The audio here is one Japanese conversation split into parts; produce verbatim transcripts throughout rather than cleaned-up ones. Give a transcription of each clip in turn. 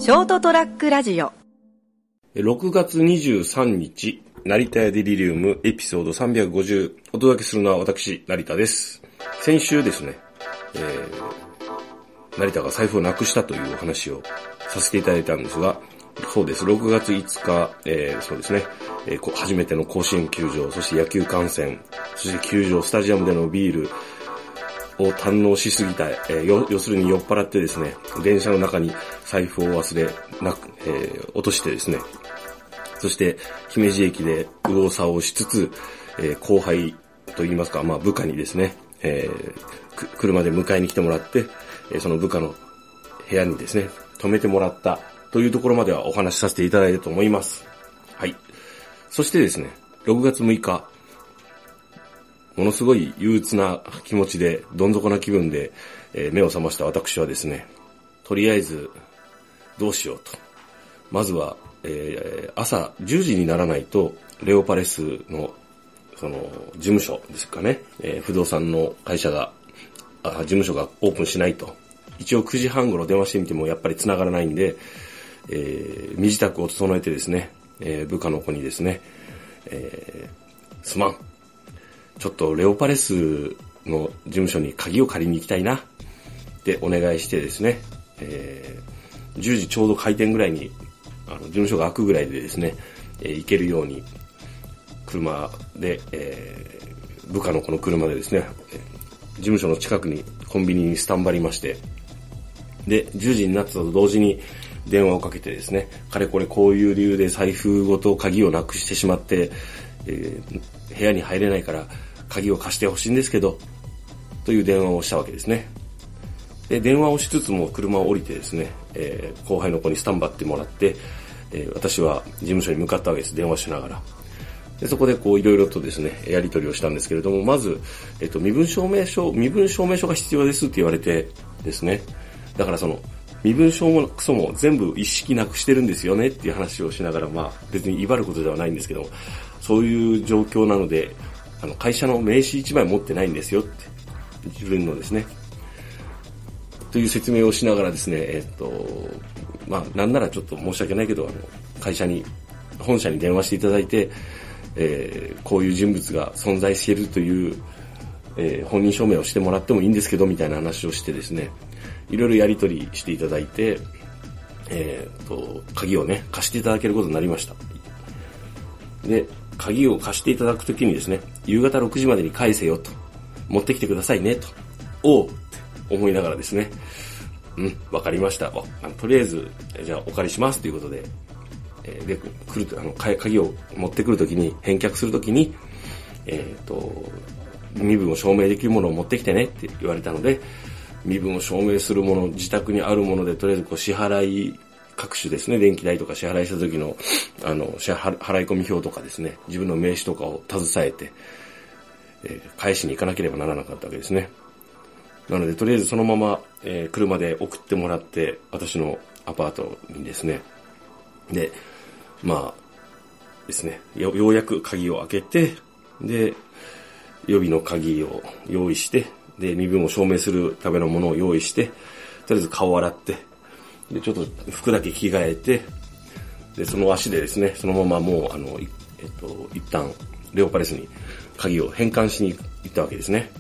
ショートトラックラジオろくがつにじゅうさんにち、成田屋デリリウムエピソードさんびゃくごじゅう、お届けするのは私、成田です。先週ですね、えー、成田が財布をなくしたというお話をさせていただいたんですが、そうです、ろくがついつか、えー、そうですね、えー、初めての甲子園球場、そして野球観戦、そして球場、スタジアムでのビールを堪能しすぎた、えー、要するに酔っ払ってですね、電車の中に財布を忘れなく、えー、落としてですね、そして姫路駅で右往左往しつつ、えー、後輩といいますか、まあ部下にですね、えー、車で迎えに来てもらって、えー、その部下の部屋にですね、泊めてもらったというところまではお話しさせていただいたと思います。はい。そしてですね、ろくがつむいか、ものすごい憂鬱な気持ちで、どん底な気分で、えー、目を覚ました私はですね、とりあえずどうしようと。まずは、えー、朝じゅうじにならないと、レオパレスの、その、事務所ですかね、えー、不動産の会社が、あ、事務所がオープンしないと。一応くじはん頃電話してみてもやっぱり繋がらないんで、えー、身支度を整えてですね、えー、部下の子にですね、えー、すまん。ちょっとレオパレスの事務所に鍵を借りに行きたいなってお願いしてですね、えー、じゅうじちょうど開店ぐらいにあの事務所が開くぐらいでですね、えー、行けるように車で、えー、部下のこの車でですね、事務所の近くにコンビニにスタンバりまして、でじゅうじになったと同時に電話をかけてですね、かれこれこういう理由で財布ごと鍵をなくしてしまって、えー、部屋に入れないから鍵を貸してほしいんですけど、という電話をしたわけですね。で、電話をしつつも車を降りてですね、えー、後輩の子にスタンバってもらって、えー、私は事務所に向かったわけです。電話しながら。で、そこでこういろいろとですね、やり取りをしたんですけれども、まず、えっと、身分証明書、身分証明書が必要ですって言われてですね、だからその、身分証もクソも全部一式なくしてるんですよねっていう話をしながら、まあ別に威張ることではないんですけど、そういう状況なので、あの会社の名刺一枚持ってないんですよって、自分のですね、という説明をしながらですね、えっと、まあなんならちょっと申し訳ないけど、あの会社に、本社に電話していただいて、えー、こういう人物が存在しているという、えー、本人証明をしてもらってもいいんですけどみたいな話をしてですね、いろいろやり取りしていただいて、えー、と鍵をね貸していただけることになりました。で、鍵を貸していただくときにですね、夕方ろくじまでに返せよと、持ってきてくださいねと、おうって思いながらですね、うん、わかりました、あのとりあえずじゃあお借りしますということで、えー、で来るとあの鍵を持ってくるときに、返却するときに、えー、と身分を証明できるものを持ってきてねって言われたので、身分を証明するもの、自宅にあるものでとりあえずこう支払い各種ですね、電気代とか支払いした時のあの支払い込み表とかですね、自分の名刺とかを携えて、えー、返しに行かなければならなかったわけですね。なのでとりあえずそのまま、えー、車で送ってもらって、私のアパートにですね、でまあですね、よ, ようやく鍵を開けて、で予備の鍵を用意して、で身分を証明するためのものを用意して、とりあえず顔を洗って、でちょっと服だけ着替えて、でその足でですね、そのままもうあの、えっと、一旦レオパレスに鍵を返還しに行ったわけですね。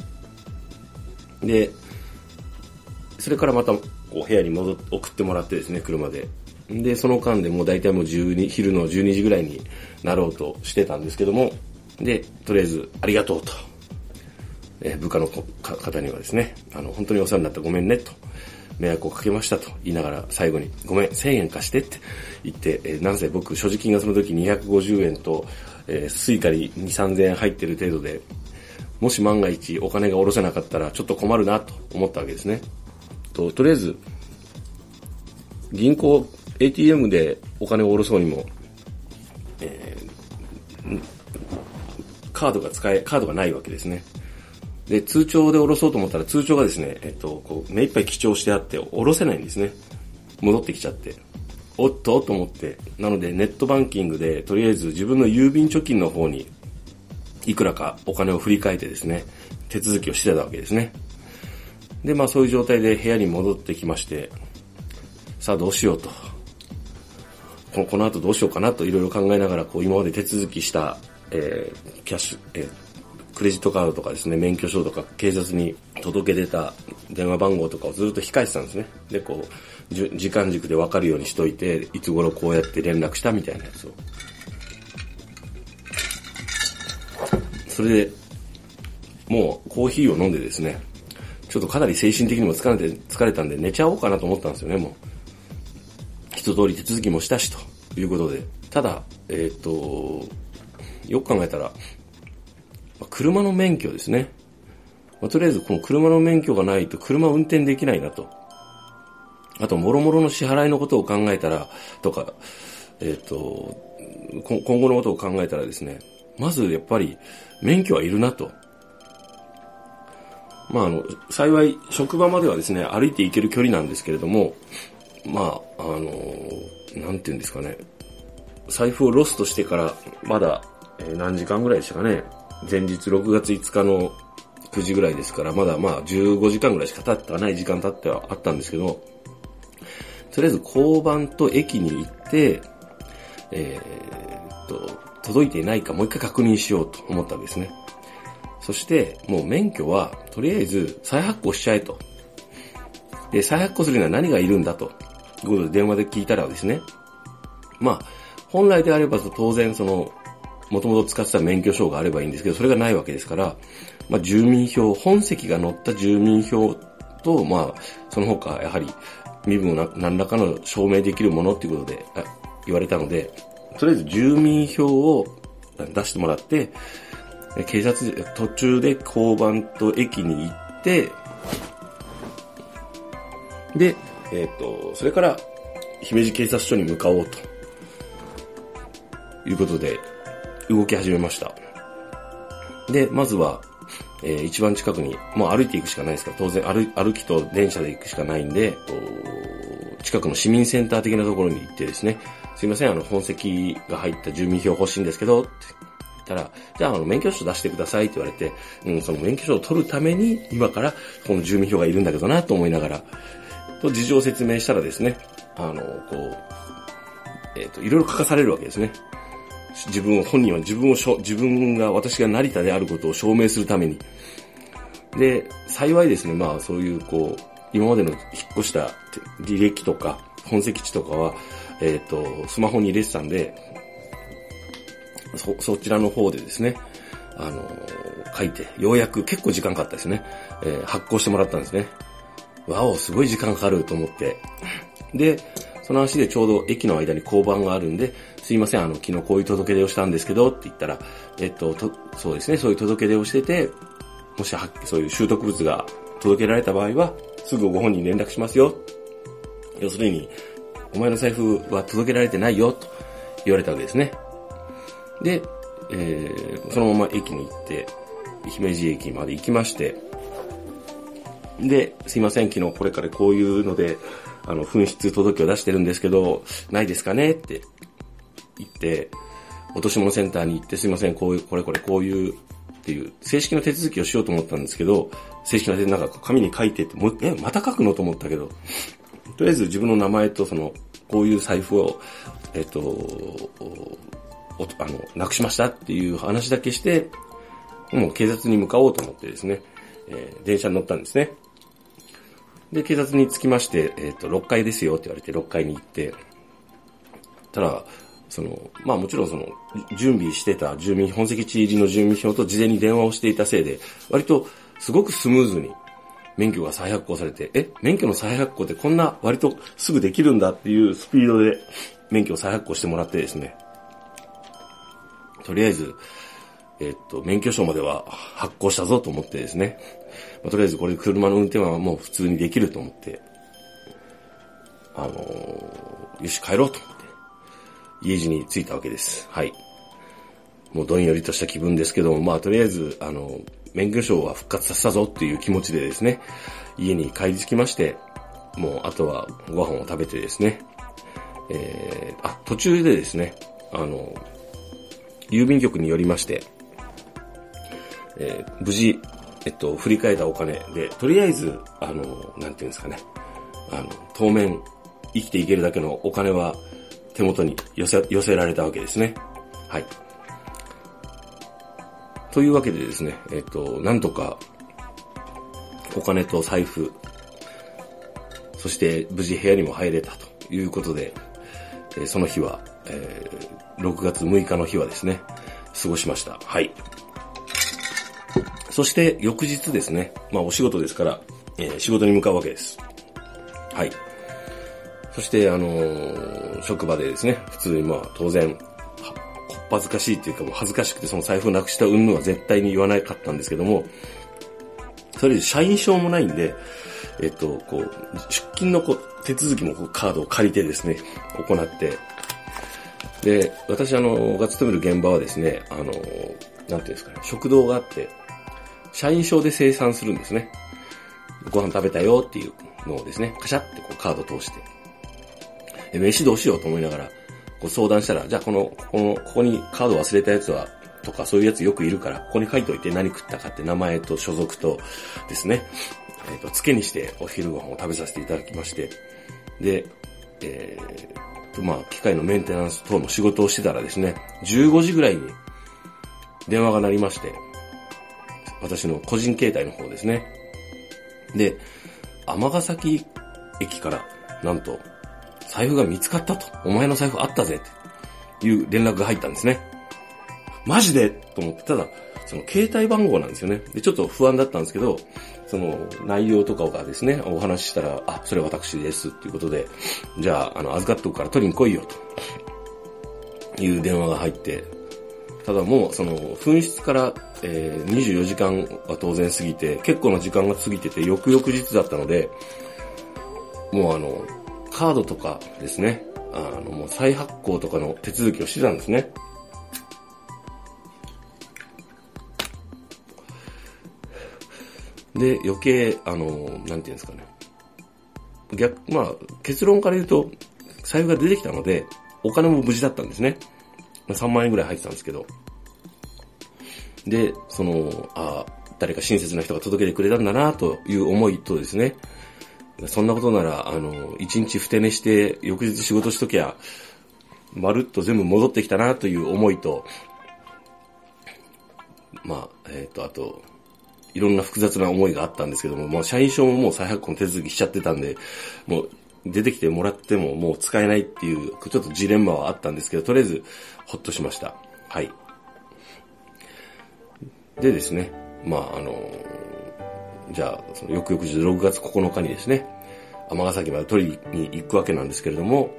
でそれからまたこう部屋に戻っ送ってもらってですね、車で。でその間でもう大体もうじゅうに昼のじゅうにじぐらいになろうとしてたんですけども、でとりあえずありがとうと、え部下の方にはですね、あの本当にお世話になってごめんねと、迷惑をかけましたと言いながら、最後にごめんせんえん貸してって言って、えー、なんせ僕所持金がその時にひゃくごじゅうえんと、えー、スイカにに、さんぜんえん入ってる程度で、もし万が一お金が下ろせなかったらちょっと困るなと思ったわけですね。と、とりあえず銀行 エーティーエム でお金を下ろそうにも、えー、カードが使えカードがないわけですね。で通帳で下ろそうと思ったら、通帳がですね、えっとこう目いっぱい記帳してあって下ろせないんですね。戻ってきちゃって、おっとと思って、なのでネットバンキングでとりあえず自分の郵便貯金の方にいくらかお金を振り替えてですね、手続きをしてたわけですね。でまあそういう状態で部屋に戻ってきまして、ささあどうしようと。この、この後どうしようかなといろいろ考えながら、こう今まで手続きした、えー、キャッシュ、えー、クレジットカードとかですね、免許証とか警察に届け出た電話番号とかをずっと控えてたんですね。で、こう、じゅ時間軸で分かるようにしといて、いつ頃こうやって連絡したみたいなやつを。それで、もうコーヒーを飲んでですね、ちょっとかなり精神的にも疲れて、疲れたんで寝ちゃおうかなと思ったんですよね、もう。一通り手続きもしたし、ということで。ただ、えっと、よく考えたら、車の免許ですね。まあ、とりあえずこの車の免許がないと車を運転できないなと。あと、もろもろの支払いのことを考えたら、とか、えっと、今後のことを考えたらですね、まずやっぱり免許はいるなと。まあ、あの、幸い職場まではですね、歩いて行ける距離なんですけれども、まあ、あの、なんていうんですかね。財布をロストしてから、まだ、えー、何時間ぐらいでしたかね。前日ろくがついつかのくじぐらいですから、まだまあじゅうごじかんぐらいしか経ってはない時間経ってはあったんですけど、とりあえず交番と駅に行って、えー、っと、届いていないかもう一回確認しようと思ったわけですね。そして、もう免許は、とりあえず再発行しちゃえと。で、再発行するには何がいるんだと。ということで電話で聞いたらですね、まあ、本来であれば当然その、もともと使ってた免許証があればいいんですけど、それがないわけですから、まあ、住民票、本籍が載った住民票と、まあ、その他、やはり、身分を何らかの証明できるものっていうことで言われたので、とりあえず住民票を出してもらって、警察、途中で交番と駅に行って、で、えっと、それから、姫路警察署に向かおうと。いうことで、動き始めました。で、まずは、えー、一番近くに、もう歩いていくしかないですから、当然歩、歩きと電車で行くしかないんで、近くの市民センター的なところに行ってですね、すいません、あの、本籍が入った住民票欲しいんですけど、って言ったら、じゃあ、あの、免許証出してくださいって言われて、うん、その免許証を取るために、今からこの住民票がいるんだけどな、と思いながら、と事情を説明したらですね、あの、こう、えっと、いろいろ書かされるわけですね。自分を、本人は自分をしょ、自分が、私が成田であることを証明するために。で、幸いですね、まあそういう、こう、今までの引っ越した履歴とか、本籍地とかは、えっと、スマホに入れてたんで、そ、そちらの方でですね、あの、書いて、ようやく結構時間かかったですね、えー、発行してもらったんですね。わお、すごい時間かかると思って。で、その足でちょうど駅の間に交番があるんで、すいません、あの、昨日こういう届け出をしたんですけど、って言ったら、えっと、とそうですね、そういう届け出をしてて、もしは、そういう習得物が届けられた場合は、すぐご本人に連絡しますよ。要するに、お前の財布は届けられてないよ、と言われたわけですね。で、えー、そのまま駅に行って、姫路駅まで行きまして、で、すいません、昨日これからこういうので、あの、紛失届を出してるんですけど、ないですかねって言って、落とし物センターに行って、すいません、こういう、これこれこういうっていう、正式な手続きをしようと思ったんですけど、正式な手続きなんか紙に書いてって、もう、え、また書くのと思ったけど、とりあえず自分の名前とその、こういう財布を、えっと、あの、なくしましたっていう話だけして、もう警察に向かおうと思ってですね、えー、電車に乗ったんですね。で、警察に着きまして、えっと、ろっかいですよって言われてろっかいに行って、ただ、その、まあもちろんその、準備してた住民、本籍地入りの住民票と事前に電話をしていたせいで、割とすごくスムーズに免許が再発行されて、え、免許の再発行ってこんな割とすぐできるんだっていうスピードで免許を再発行してもらってですね、とりあえず、えっと、免許証までは発行したぞと思ってですね、まあ、とりあえずこれ車の運転はもう普通にできると思って、あのー、よし帰ろうと思って、家路に着いたわけです。はい。もうどんよりとした気分ですけども、まあとりあえず、あの、免許証は復活させたぞっていう気持ちでですね、家に帰り着きまして、もうあとはご飯を食べてですね、えー、あ、途中でですね、あの、郵便局に寄りまして、えー、無事、えっと、振り替えたお金で、とりあえず、あの、なんていうんですかね、あの、当面、 生きていけるだけのお金は手元に寄せ、寄せられたわけですね。はい。というわけでですね、えっと、なんとか、お金と財布、そして無事部屋にも入れたということで、えー、その日は、えー、ろくがつむいかの日はですね、過ごしました。はい。そして翌日ですね、まあお仕事ですから、えー、仕事に向かうわけです。はい。そしてあのー、職場でですね、普通にまあ当然、こっぱずかしいっていうかもう恥ずかしくてその財布をなくした云々は絶対に言わなかったんですけども、それで社員証もないんで、えっと、こう、出勤のこう手続きもこうカードを借りてですね、行って、で、私あの、が勤める現場はですね、あの、なんていうんですかね、食堂があって、社員証で精算するんですね。ご飯食べたよっていうのをですね、カシャってこうカード通して、え、飯どうしようと思いながら、こう相談したら、じゃあこの、この、ここにカード忘れたやつは、とかそういうやつよくいるから、ここに書いといて何食ったかって名前と所属とですね、えっと、付けにしてお昼ご飯を食べさせていただきまして、で、えー、と、まあ、機械のメンテナンス等の仕事をしてたらですね、じゅうごじぐらいに電話が鳴りまして、私の個人携帯の方ですね。で、尼崎駅から、なんと、財布が見つかったと。お前の財布あったぜっていう連絡が入ったんですね。マジでと思って、ただ、その携帯番号なんですよね。で、ちょっと不安だったんですけど、その内容とかがですね、お話ししたら、あ、それ私ですっていうことで、じゃあ、あの、預かっとくから取りに来いよという電話が入って、ただもう、その、紛失から、えー、にじゅうよじかんは当然過ぎて、結構な時間が過ぎてて、翌々日だったので、もうあの、カードとかですね、あの、もう再発行とかの手続きをしてたんですね。で、余計、あの、なんていうんですかね。逆、まあ、結論から言うと、財布が出てきたので、お金も無事だったんですね。さんまんえんぐらい入ってたんですけど。で、その、あ、誰か親切な人が届けてくれたんだなという思いとですね、そんなことなら、あの、一日ふて寝して、翌日仕事しときゃ、まるっと全部戻ってきたなという思いと、まあ、えっと、あと、いろんな複雑な思いがあったんですけども、まあ、社員証ももう再発行の手続きしちゃってたんで、もう出てきてもらってももう使えないっていう、ちょっとジレンマはあったんですけど、とりあえず、ほっとしました。はい。でですね、まあ、あの、じゃあ、その翌々日ろくがつここのかにですね、尼崎まで取りに行くわけなんですけれども、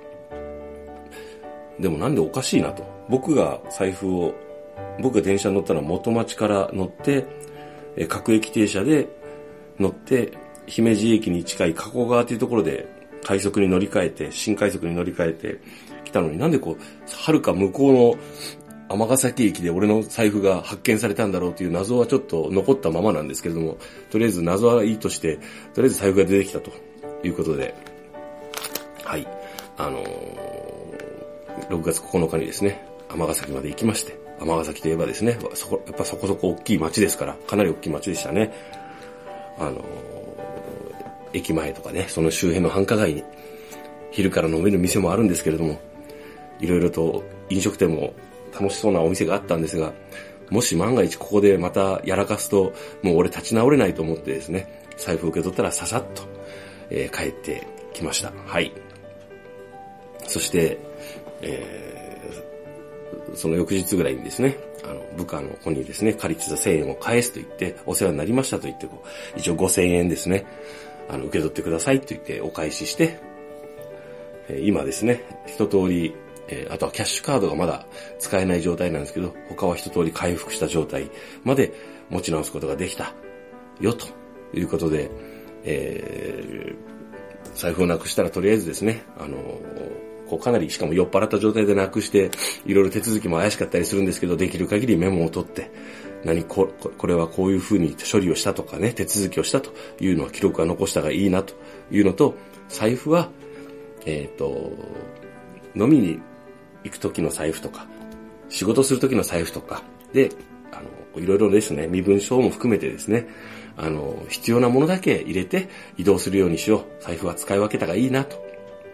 でもなんでおかしいなと。僕が財布を、僕が電車に乗ったのは元町から乗って、各駅停車で乗って、姫路駅に近い加古川というところで快速に乗り換えて、新快速に乗り換えて来たのになんでこう、遥か向こうの尼崎駅で俺の財布が発見されたんだろうという謎はちょっと残ったままなんですけれども、とりあえず謎はいいとして、とりあえず財布が出てきたということで、はい、あのー、ろくがつここのかにですね、尼崎まで行きまして、尼崎といえばですね、そこ、やっぱそこそこ大きい町ですから、かなり大きい町でしたね。あのー、駅前とかね、その周辺の繁華街に、昼から飲める店もあるんですけれども、いろいろと飲食店も楽しそうなお店があったんですが、もし万が一ここでまたやらかすと、もう俺立ち直れないと思ってですね、財布を受け取ったらささっと、えー、帰ってきました。はい。そして、えー、その翌日ぐらいにですね、あの、部下の子にですね、借りてたせんえんを返すと言って、お世話になりましたと言って、こう一応ごせんえんですね、あの、受け取ってくださいと言ってお返しして、えー、今ですね、一通り、えー、あとはキャッシュカードがまだ使えない状態なんですけど、他は一通り回復した状態まで持ち直すことができたよということで、えー、財布をなくしたらとりあえずですね、あのー、こうかなりしかも酔っ払った状態でなくして、いろいろ手続きも怪しかったりするんですけど、できる限りメモを取って、何こ、これはこういう風に処理をしたとかね、手続きをしたというのは記録は残したがいいなというのと、財布は、えっと、飲みに行く時の財布とか、仕事する時の財布とか、で、あの、いろいろですね、身分証も含めてですね、あの、必要なものだけ入れて移動するようにしよう。財布は使い分けたがいいな、と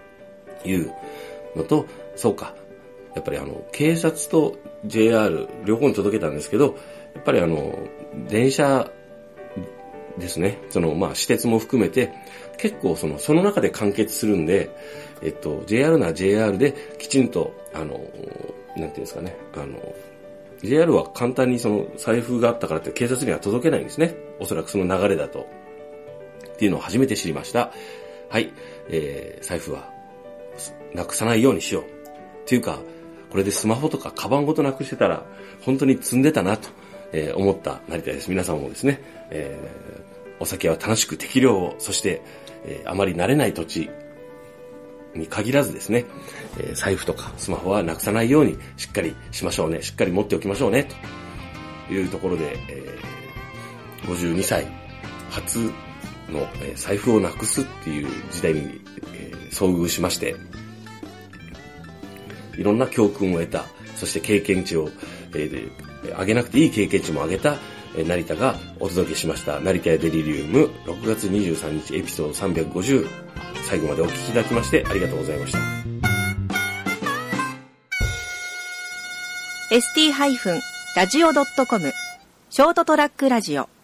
いうのと、そうか。やっぱりあの、警察と ジェイアール 両方に届けたんですけど、やっぱりあの、電車ですね。その、まあ、私鉄も含めて、結構その、その中で完結するんで、えっと、ジェイアール なら ジェイアール できちんと、あの、なんていうんですかね、あの、ジェイアール は簡単にその財布があったからって警察には届けないんですね。おそらくその流れだと。っていうのを初めて知りました。はい。えー、財布はなくさないようにしよう。っていうか、これでスマホとかカバンごとなくしてたら、本当に積んでたなと、えー、思った成田です。皆さんもですね、えー、お酒は楽しく適量を、そして、えー、あまり慣れない土地に限らずですね、えー、財布とかスマホはなくさないようにしっかりしましょうね。しっかり持っておきましょうね。というところで、えー、ごじゅうにさい初の、えー、財布をなくすっていう時代に、えー、遭遇しまして、いろんな教訓を得た、そして経験値を、えー、上げなくていい経験値も上げた、えー、成田がお届けしました。成田やデリリウムろくがつにじゅうさんにちエピソードさんびゃくごじゅう。最後までお聞きいただきましてありがとうございました。 エスティー ラジオ ドットコム ショートトラックラジオ